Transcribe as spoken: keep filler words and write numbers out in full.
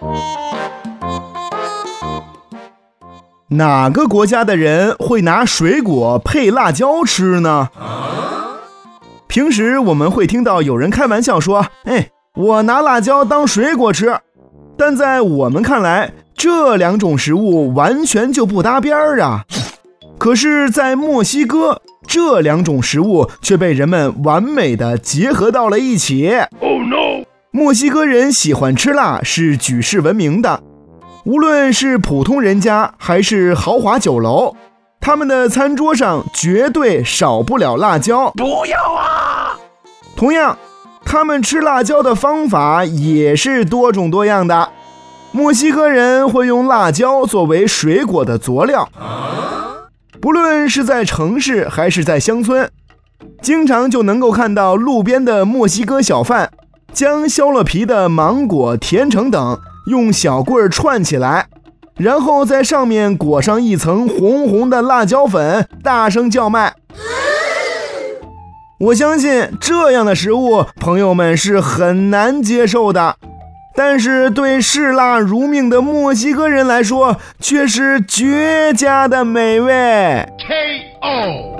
哪个国家的人会拿水果配辣椒吃呢？平时我们会听到有人开玩笑说，哎，我拿辣椒当水果吃。但在我们看来，这两种食物完全就不搭边儿啊。可是在墨西哥，这两种食物却被人们完美的结合到了一起。Oh no！ 墨西哥人喜欢吃辣是举世闻名的，无论是普通人家还是豪华酒楼，他们的餐桌上绝对少不了辣椒。 不要啊！ 同样，他们吃辣椒的方法也是多种多样的。墨西哥人会用辣椒作为水果的佐料，不论是在城市还是在乡村，经常就能够看到路边的墨西哥小贩将削了皮的芒果、甜橙等用小棍串起来，然后在上面裹上一层红红的辣椒粉，大声叫卖。我相信这样的食物朋友们是很难接受的，但是对嗜辣如命的墨西哥人来说却是绝佳的美味。 K O